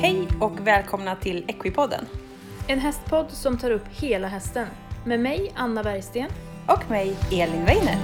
Hej och välkomna till Equipodden. En hästpodd som tar upp hela hästen. Med mig, Anna Bergsten. Och mig, Elin Weiner.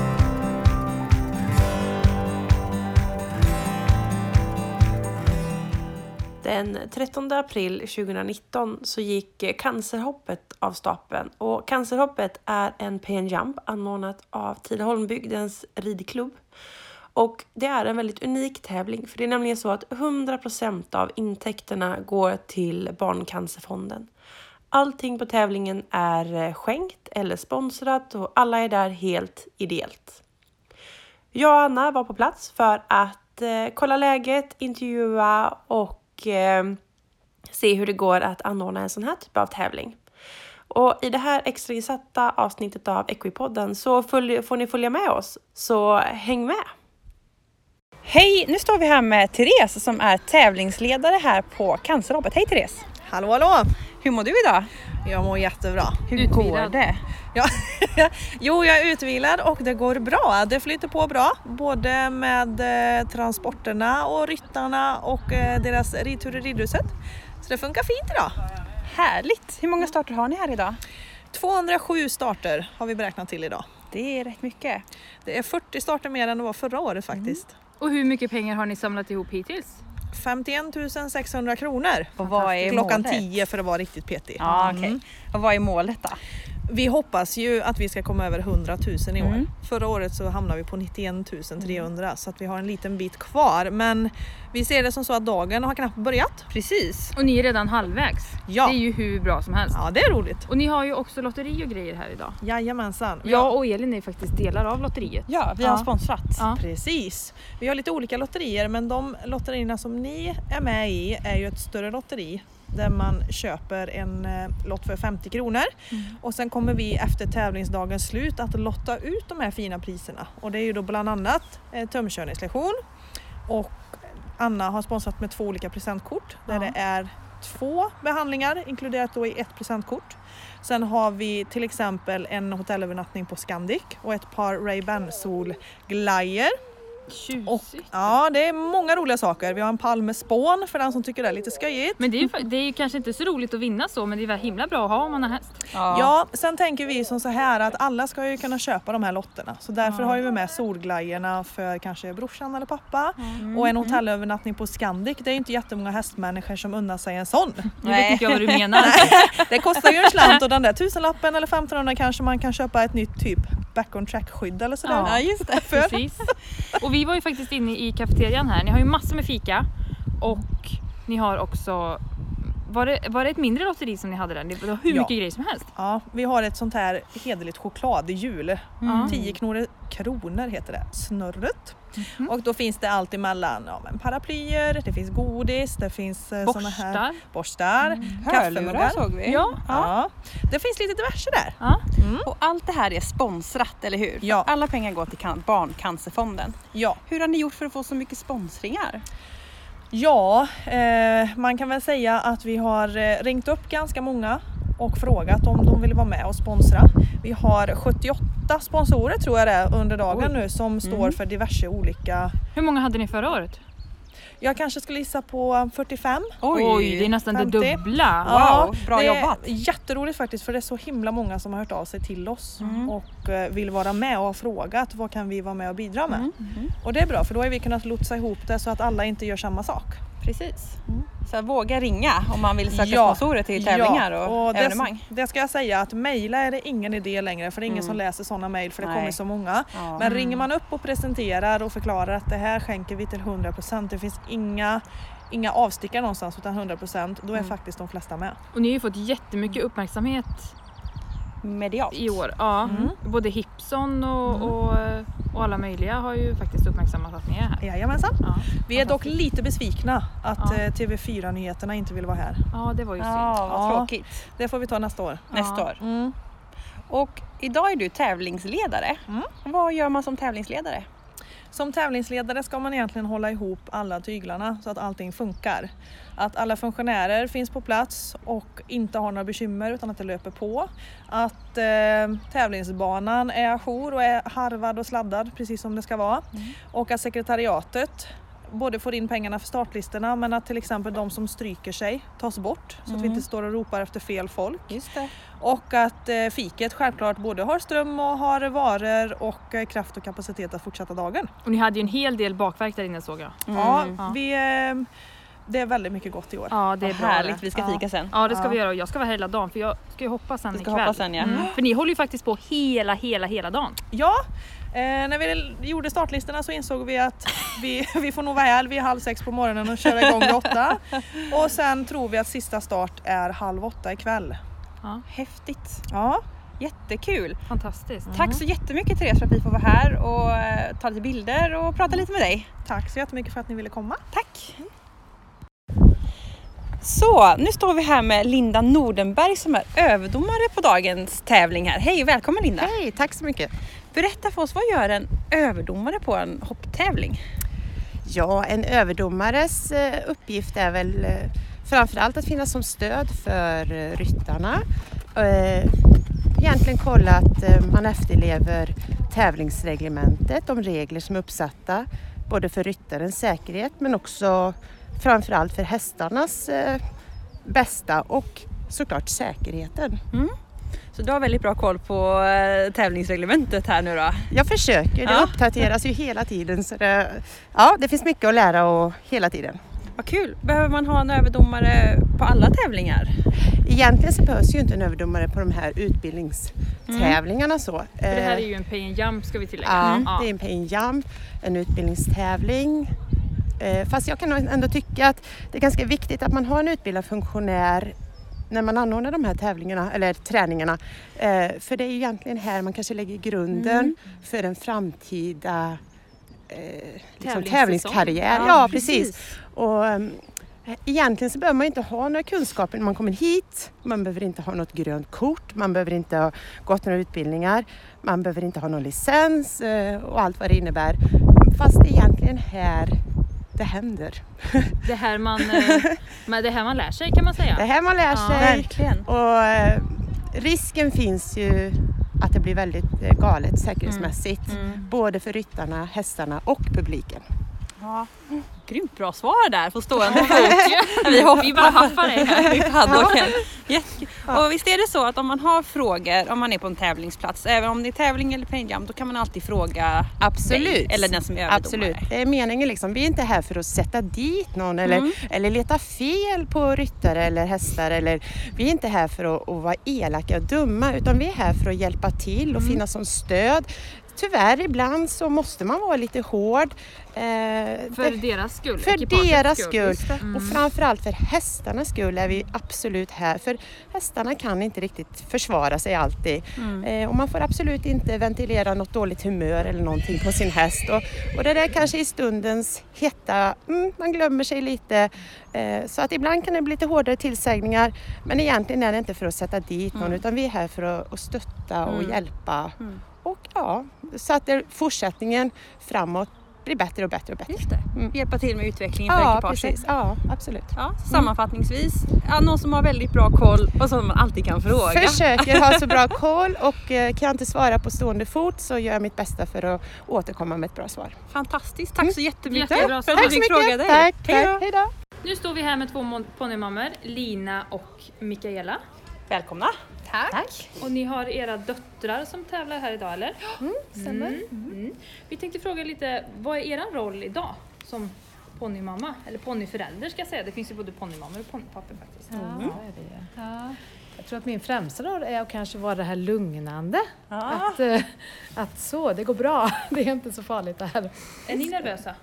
Den 13 april 2019 så gick Cancerhoppet av stapeln. Och Cancerhoppet är en PN-jump anordnat av Tidaholmbygdens ridklubb. Och det är en väldigt unik tävling, för det är nämligen så att 100% av intäkterna går till Barncancerfonden. Allting på tävlingen är skänkt eller sponsrat och alla är där helt ideellt. Jag och Anna var på plats för att kolla läget, intervjua och se hur det går att anordna en sån här typ av tävling. Och i det här extrainsatta avsnittet av Equipodden så får ni följa med oss, så häng med! Hej, nu står vi här med Therese som är tävlingsledare här på Cancerhoppet. Hej Therese! Hallå, hallå! Hur mår du idag? Jag mår jättebra. Hur går det? Ja. Jo, jag är utvilad och det går bra. Det flyter på bra. Både med transporterna och ryttarna och deras ridtur i ridhuset. Så det funkar fint idag. Härligt! Hur många starter har ni här idag? 207 starter har vi beräknat till idag. Det är rätt mycket. Det är 40 starter mer än det var förra året faktiskt. Och hur mycket pengar har ni samlat ihop hittills? 51 600 kronor. Och vad är Klockan målet? 10 för att vara riktigt petig. Ja, okej. Och vad är målet då? Vi hoppas ju att vi ska komma över 100 000 i år. Förra året så hamnade vi på 91 300 så att vi har en liten bit kvar. Men vi ser det som så att dagen har knappt börjat. Precis. Och ni är redan halvvägs. Ja. Det är ju hur bra som helst. Ja, det är roligt. Och ni har ju också lotteri och grejer här idag. Jajamensan. Jag och Elin är faktiskt delar av lotteriet. Ja, vi har sponsrat. Ja. Precis. Vi har lite olika lotterier, men de lotterierna som ni är med i är ju ett större lotteri. Där man köper en lott för 50 kronor. Och sen kommer vi efter tävlingsdagens slut att lotta ut de här fina priserna. Och det är ju då bland annat tömkörningslektion. Och Anna har sponsrat med 2 olika presentkort. Där det är 2 behandlingar inkluderat då i 1 presentkort. Sen har vi till exempel en hotellövernattning på Scandic och ett par Ray-Ban solglajjor. Och, ja, det är många roliga saker. Vi har en pall med spån för den som tycker det är lite skojigt. Men det är ju kanske inte så roligt att vinna så, men det är väl himla bra att ha om man har häst. Ja, sen tänker vi som så här att alla ska ju kunna köpa de här lotterna. Så därför har vi med solglajorna för kanske brorsan eller pappa. Och en hotellövernattning på Scandic. Det är inte jättemånga hästmänniskor som unnar sig en sån. Nu vet inte jag vad du menar. Det kostar ju en slant och den där 1000-lappen eller 1500 kanske man kan köpa ett nytt typ back on track-skydd eller sådär. Ja, just det. Precis. Och vi var ju faktiskt inne i kafeterian här. Ni har ju massor med fika och ni har också... Var det ett mindre lotteri som ni hade där? Det var hur mycket grejer som helst. Ja, vi har ett sånt här hederligt chokladhjul. 10 kronor heter det. Snurret. Och då finns det allt emellan paraplyer, det finns godis, det finns såna här borstar, kaffemuggar såg vi. Ja. Det finns lite diverse där. Ja. Och allt det här är sponsrat, eller hur? Ja. Alla pengar går till Barncancerfonden. Ja. Hur har ni gjort för att få så mycket sponsringar? Ja, man kan väl säga att vi har ringt upp ganska många och frågat om de vill vara med och sponsra. Vi har 78 sponsorer tror jag det är under dagen nu som står för diverse olika... Hur många hade ni förra året? Jag kanske skulle gissa på 45. Oj, det är nästan 50. det dubbla. Wow, bra det jobbat. Det är jätteroligt faktiskt, för det är så himla många som har hört av sig till oss och vill vara med och har frågat vad kan vi vara med och bidra med. Och det är bra, för då har vi kunnat lotsa ihop det så att alla inte gör samma sak. Precis. Så våga ringa om man vill söka sponsorer till tävlingar och evenemang. Det ska jag säga att mejla är det ingen idé längre, för det är ingen som läser sådana mejl, för det kommer så många. Men ringer man upp och presenterar och förklarar att det här skänker vi till 100%, det finns inga avstickare någonstans utan 100%, då är faktiskt de flesta med. Och ni har ju fått jättemycket uppmärksamhet medialt i år. Ja, både Hipson och alla möjliga har ju faktiskt uppmärksammat att ni är här. Jajamensan. Ja, vi är dock lite besvikna att TV4-nyheterna inte vill vara här. Ja, det var ju synd. Ja, vad tråkigt. Det får vi ta nästa år. Nästa år. Och idag är du tävlingsledare. Vad gör man som tävlingsledare? Som tävlingsledare ska man egentligen hålla ihop alla tyglarna så att allting funkar. Att alla funktionärer finns på plats och inte har några bekymmer utan att det löper på. Att tävlingsbanan är ajour och är harvad och sladdad precis som det ska vara. Och att sekretariatet både får in pengarna för startlistorna, men att till exempel de som stryker sig tas bort så att vi inte står och ropar efter fel folk. Just det. Och att fiket självklart både har ström och har varor och kraft och kapacitet att fortsätta dagen. Och ni hade ju en hel del bakverk där inne såg jag. Ja, det är väldigt mycket gott i år. Ja, det är bra. Härligt, Det. vi ska fika sen. Ja, det ska vi göra och jag ska vara här hela dagen för jag ska ju hoppa sen Du ska ikväll. hoppa sen, ja. För ni håller ju faktiskt på hela dagen. Ja, när vi gjorde startlistorna så insåg vi att vi får nog vara här vid 5:30 på morgonen och köra igång vid 8. Och sen tror vi att sista start är 7:30 ikväll. Ja. Häftigt. Ja. Jättekul. Fantastiskt. Tack så jättemycket Therese för att vi får vara här och ta lite bilder och prata lite med dig. Tack så jättemycket för att ni ville komma. Tack. Så, nu står vi här med Linda Nordenberg som är överdomare på dagens tävling här. Hej och välkommen Linda. Hej, tack så mycket. Berätta för oss, vad gör en överdomare på en hopptävling? Ja, en överdomares uppgift är väl framförallt att finnas som stöd för ryttarna. Egentligen kolla att man efterlever tävlingsreglementet, de regler som är uppsatta både för ryttarens säkerhet men också framförallt för hästarnas bästa och såklart säkerheten. Så du har väldigt bra koll på tävlingsreglementet här nu då? Jag försöker, det uppdateras ju hela tiden så det finns mycket att lära och hela tiden. Vad kul! Behöver man ha en överdomare på alla tävlingar? Egentligen så behövs ju inte en överdomare på de här utbildningstävlingarna så. För det här är ju en pay and jump ska vi tillägga. Ja, det är en pay and jump, en utbildningstävling. Fast jag kan nog ändå tycka att det är ganska viktigt att man har en utbildad funktionär när man anordnar de här tävlingarna eller träningarna. För det är ju egentligen här man kanske lägger grunden för en framtida tävlingskarriär. Ja, precis. Och egentligen så behöver man inte ha några kunskaper när man kommer hit. Man behöver inte ha något grönt kort. Man behöver inte ha gått några utbildningar. Man behöver inte ha någon licens och allt vad det innebär. Fast det är egentligen här det händer. Det här man lär sig kan man säga. Det här man lär sig. Verkligen. Och risken finns ju att det blir väldigt galet säkerhetsmässigt. Både för ryttarna, hästarna och publiken. Ja. Grymt bra svar där på stående fot. Vi bara haffar dig här. i paddocken. Och visst är det så att om man har frågor, om man är på en tävlingsplats, även om det är tävling eller penjam, då kan man alltid fråga dig, eller den som är överdomare. Absolut, det är meningen liksom. Vi är inte här för att sätta dit någon eller leta fel på ryttare eller hästar. Vi är inte här för att vara elaka och dumma, utan vi är här för att hjälpa till och finnas som stöd. Tyvärr ibland så måste man vara lite hård. För deras skull. För deras skull. Och framförallt för hästarnas skull är vi absolut här. För hästarna kan inte riktigt försvara sig alltid. Och man får absolut inte ventilera något dåligt humör eller någonting på sin häst. Och det där kanske i stundens hetta, man glömmer sig lite. Så att ibland kan det bli lite hårdare tillsägningar. Men egentligen är det inte för att sätta dit någon, utan vi är här för att stötta och hjälpa. Och så att fortsättningen framåt blir bättre och bättre och bättre. Just det. Hjälpa till med utvecklingen för ekipaget. Precis. Ja, absolut. Ja, sammanfattningsvis, någon som har väldigt bra koll och som man alltid kan fråga. Försöker ha så bra koll och kan jag inte svara på stående fot så gör jag mitt bästa för att återkomma med ett bra svar. Tack så jättemycket Jättebra för svar. att du fick fråga dig. Tack. Hej då. Nu står vi här med 2 ponnymammor, Lina och Mikaela. Välkomna. Tack. Och ni har era döttrar som tävlar här idag, eller? Stämmer. Vi tänkte fråga lite, vad är er roll idag som ponnymamma? Eller ponnyförälder ska jag säga. Det finns ju både ponnymammor och ponnypappor faktiskt. Ja, det är det. Ja. Jag tror att min främsta roll är att kanske vara det här lugnande. Att så, det går bra. Det är inte så farligt det här. Är ni nervösa?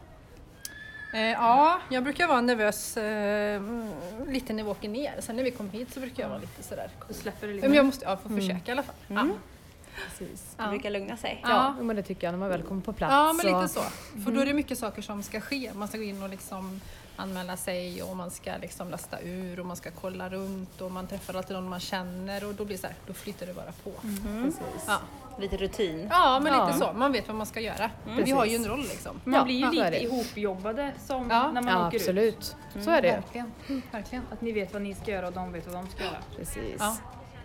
Ja, jag brukar vara nervös lite när vi åker ner. Sen när vi kommer hit så brukar jag vara lite sådär. Du släpper det Men liksom. jag måste få försöka i alla fall. Ja. Precis. Du brukar lugna sig. Ja, men det tycker jag när man väl kommer på plats. Ja, men lite så. För då är det mycket saker som ska ske. Man ska gå in och liksom anmäla sig och man ska liksom lasta ur och man ska kolla runt och man träffar alltid någon man känner och då blir det så här, då flyttar det bara på. Precis. Ja. Lite rutin. Ja, men lite så. Man vet vad man ska göra. Vi har ju en roll liksom. Man blir ju så är lite det. ihopjobbade som Ja. när man Ja, åker ut. absolut. Så är det. Verkligen. Verkligen. Att ni vet vad ni ska göra och de vet vad de ska göra. Precis. Ja.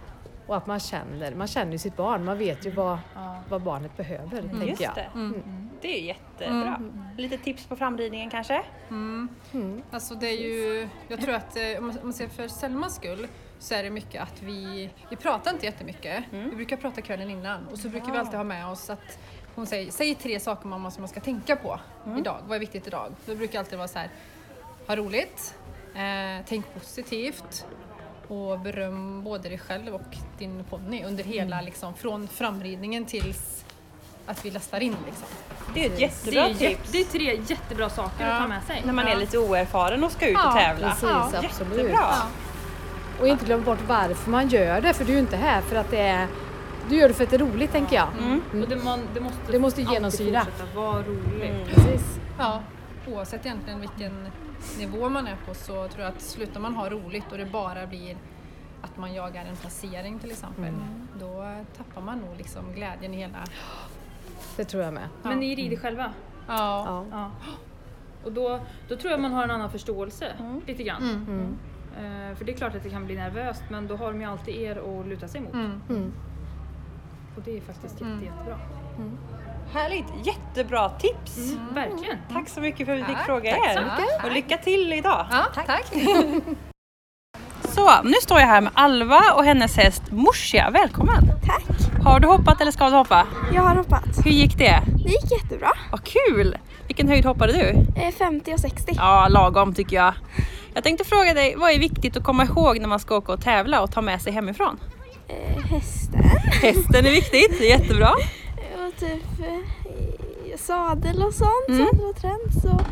Och att man känner ju sitt barn. Man vet ju vad barnet behöver, tänker jag. Det är ju jättebra. Lite tips på framridningen kanske? Alltså det är ju, jag tror att om man ser för Selmas skull så är det mycket att vi pratar inte jättemycket. Vi brukar prata kvällen innan och så brukar vi alltid ha med oss att hon säger 3 saker mamma som man ska tänka på idag. Vad är viktigt idag? Det brukar alltid vara så här: ha roligt, tänk positivt och beröm både dig själv och din ponny under hela liksom, från framridningen tills att vi lastar in liksom. Det är ett jättebra tips. Det är 3 jättebra saker att ta med sig. När man är lite oerfaren och ska ut och tävla. Precis, absolut. Jättebra. Och inte glömma bort varför man gör det, för du är ju inte här för att du gör det för att det är roligt, tänker jag. Och det måste genomsyra. Fortsätta vara roligt. Precis. Ja, oavsett egentligen vilken nivå man är på så tror jag att slutar man ha roligt och det bara blir att man jagar en placering till exempel, då tappar man nog liksom glädjen i hela... Det tror jag med. Men ni rider själva? Ja. Och då tror jag man har en annan förståelse lite grann. För det är klart att det kan bli nervöst, men då har de ju alltid er att luta sig mot. Och det är faktiskt jättebra. Härligt, jättebra tips. Verkligen. Tack så mycket för att vi fick fråga er. Och lycka till idag. Ja, tack. Så, nu står jag här med Alva och hennes häst Morsia. Välkommen. Tack. Har du hoppat eller ska du hoppa? Jag har hoppat. Hur gick det? Det gick jättebra. Vad kul! Vilken höjd hoppade du? 50 och 60. Ja, lagom tycker jag. Jag tänkte fråga dig, vad är viktigt att komma ihåg när man ska åka och tävla och ta med sig hemifrån? Hästen. Hästen är viktigt, det är jättebra. Och typ sadel och sånt. Sadel och träns och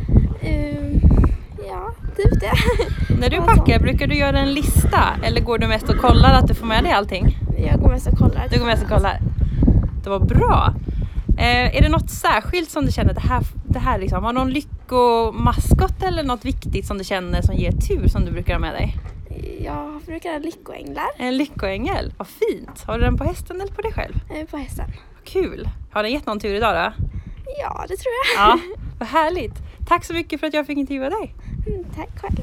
ja, typ det. När du packar, brukar du göra en lista eller går du mest och kollar att du får med dig allting? Jag går mest och kollar. Du går mest och kollar. Det var bra. Är det något särskilt som du känner det här liksom, har någon lyckomaskot eller något viktigt som du känner som ger tur som du brukar ha med dig? Jag brukar ha lyckoänglar. En lyckoängel, vad fint. Har du den på hästen eller på dig själv? På hästen. Kul. Har den gett någon tur idag då? Ja, det tror jag. Ja, vad härligt. Tack så mycket för att jag fick intervjua dig. Tack själv.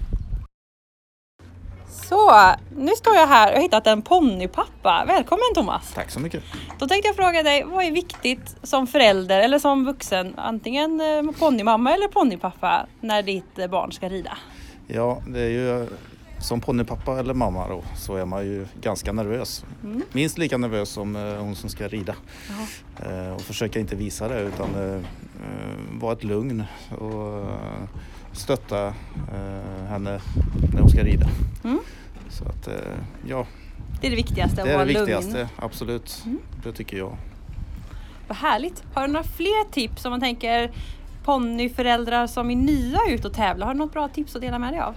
Så, nu står jag här och har hittat en ponnypappa. Välkommen Thomas. Tack så mycket. Då tänkte jag fråga dig, vad är viktigt som förälder eller som vuxen, antingen ponnymamma eller ponnypappa, när ditt barn ska rida? Ja, det är ju som ponnypappa eller mamma då, så är man ju ganska nervös. Minst lika nervös som hon som ska rida. Och försöka inte visa det utan vara ett lugn och stötta henne när hon ska rida. Så att ja. Det är det viktigaste, att vara lugn. Det är det viktigaste, absolut. Det tycker jag. Vad härligt. Har du några fler tips om man tänker ponnyföräldrar som är nya ut och tävlar? Har du något bra tips att dela med dig av?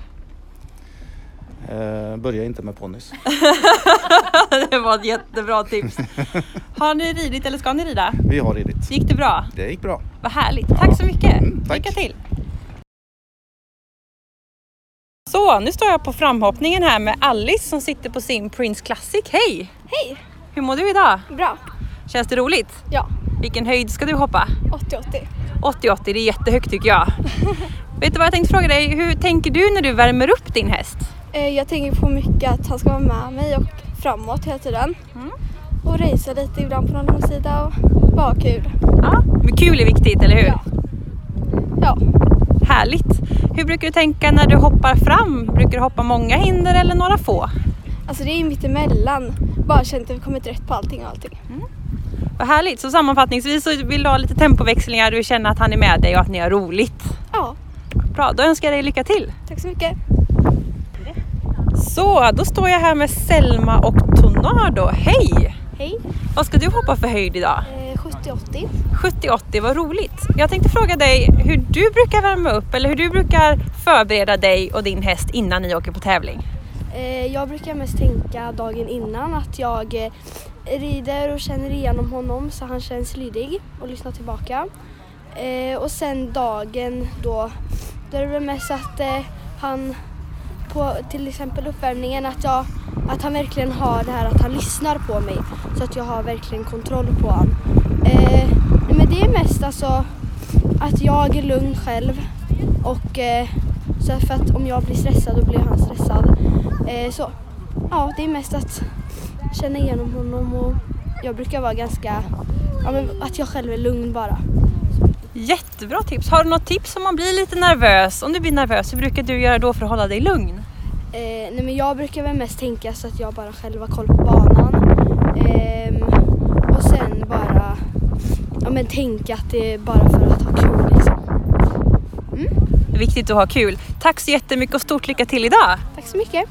Börja inte med ponnys. Det var ett jättebra tips. Har ni ridit eller ska ni rida? Vi har ridit. Gick det bra? Det gick bra. Vad härligt. Tack så mycket. Tack. Lycka till. Så, nu står jag på framhoppningen här med Alice som sitter på sin Prince Classic. Hej! Hej! Hur mår du idag? Bra. Känns det roligt? Ja. Vilken höjd ska du hoppa? 80-80. 80-80, det är jättehögt tycker jag. Vet du vad jag tänkte fråga dig? Hur tänker du när du värmer upp din häst? Jag tänker på mycket att han ska vara med mig och framåt hela tiden. Och racea lite ibland på någon långsida och bara kul. Ja, men kul är viktigt, eller hur? Ja. Härligt. Hur brukar du tänka när du hoppar fram? Brukar du hoppa många hinder eller några få? Alltså det är mitt emellan. Bara känt att vi kommit rätt på allting och allting. Vad härligt. Så sammanfattningsvis så vill du ha lite tempoväxlingar. Du känner att han är med dig och att ni har roligt. Ja. Bra, då önskar jag dig lycka till. Tack så mycket. Så, då står jag här med Selma och Tornado. Hej! Hej. Vad ska du hoppa för höjd idag? 70-80. 70-80, vad roligt. Jag tänkte fråga dig hur du brukar värma upp eller hur du brukar förbereda dig och din häst innan ni åker på tävling. Jag brukar mest tänka dagen innan att jag rider och känner igenom honom så han känns lydig och lyssnar tillbaka. Och sen dagen då är det väl mest att han på till exempel uppvärmningen att han verkligen har det här att han lyssnar på mig så att jag har verkligen kontroll på han. Men det är mest alltså att jag är lugn själv och så för att om jag blir stressad då blir han stressad. Så. Ja, det är mest att känna igenom honom och jag brukar vara ganska, att jag själv är lugn bara. Jättebra tips. Har du något tips om man blir lite nervös? Om du blir nervös, hur brukar du göra då för att hålla dig lugn? Nej, men jag brukar väl mest tänka så att jag bara själv har koll på banan. Och sen bara tänka att det är bara för att ha kul liksom. Det är viktigt att ha kul. Tack så jättemycket och stort lycka till idag. Tack så mycket.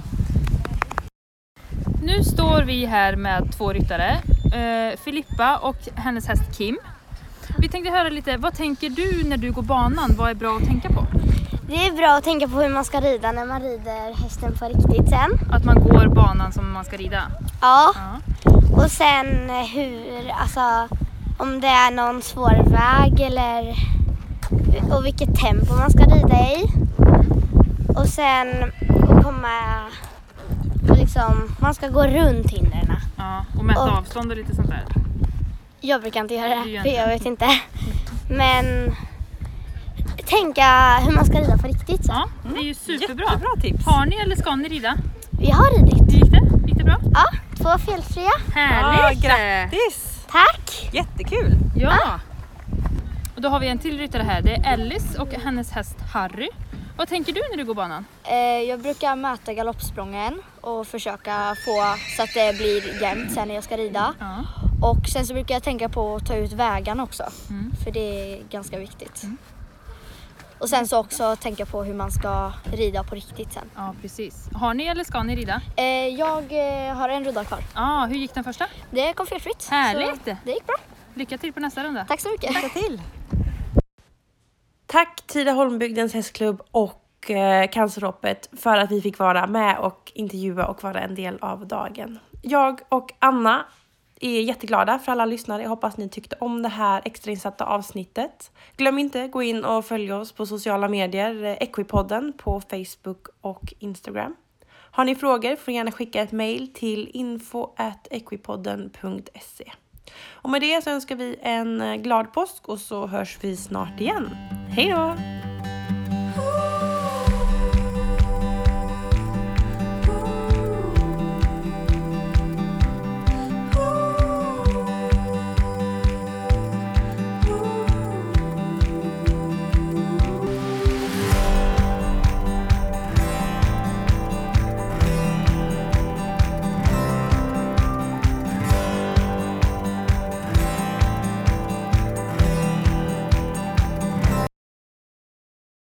Nu står vi här med 2 ryttare, Filippa och hennes häst Kim. Vi tänkte höra lite, vad tänker du när du går banan? Vad är bra att tänka på? Det är bra att tänka på hur man ska rida när man rider hästen på riktigt sen. Att man går banan som man ska rida? Ja. Och sen om det är någon svår väg eller och vilket tempo man ska rida i. Och sen man ska gå runt hindren. Ja, och mäta avstånd och lite sånt där. Jag brukar inte göra det, för jag vet inte. Men tänka hur man ska rida på riktigt. Så. Ja, det är ju superbra. Jättebra tips. Har ni eller ska ni rida? Vi har ridit. Hur gick det? Gick det bra? Ja, 2 felfria. Härligt! Grattis! Tack! Jättekul! Ja! Och då har vi en till ryttare här. Det är Alice och hennes häst Harry. Vad tänker du när du går banan? Jag brukar mäta galoppsprången och försöka få så att det blir jämnt sen när jag ska rida. Ja. Och sen så brukar jag tänka på att ta ut vägarna också. För det är ganska viktigt. Och sen så också tänka på hur man ska rida på riktigt sen. Ja, precis. Har ni eller ska ni rida? Jag har en runda kvar. Ja, hur gick den första? Det kom felfritt. Härligt! Så det gick bra. Lycka till på nästa runda. Tack så mycket. Lycka till! Tack Tidaholmbygdens hästklubb och Cancerhoppet för att vi fick vara med och intervjua och vara en del av dagen. Jag och Anna är jätteglada för alla lyssnare. Jag hoppas ni tyckte om det här extrainsatta avsnittet. Glöm inte gå in och följa oss på sociala medier, Equipodden på Facebook och Instagram. Har ni frågor får gärna skicka ett mejl till info@equipodden.se. Och med det så önskar vi en glad påsk och så hörs vi snart igen. Hej då!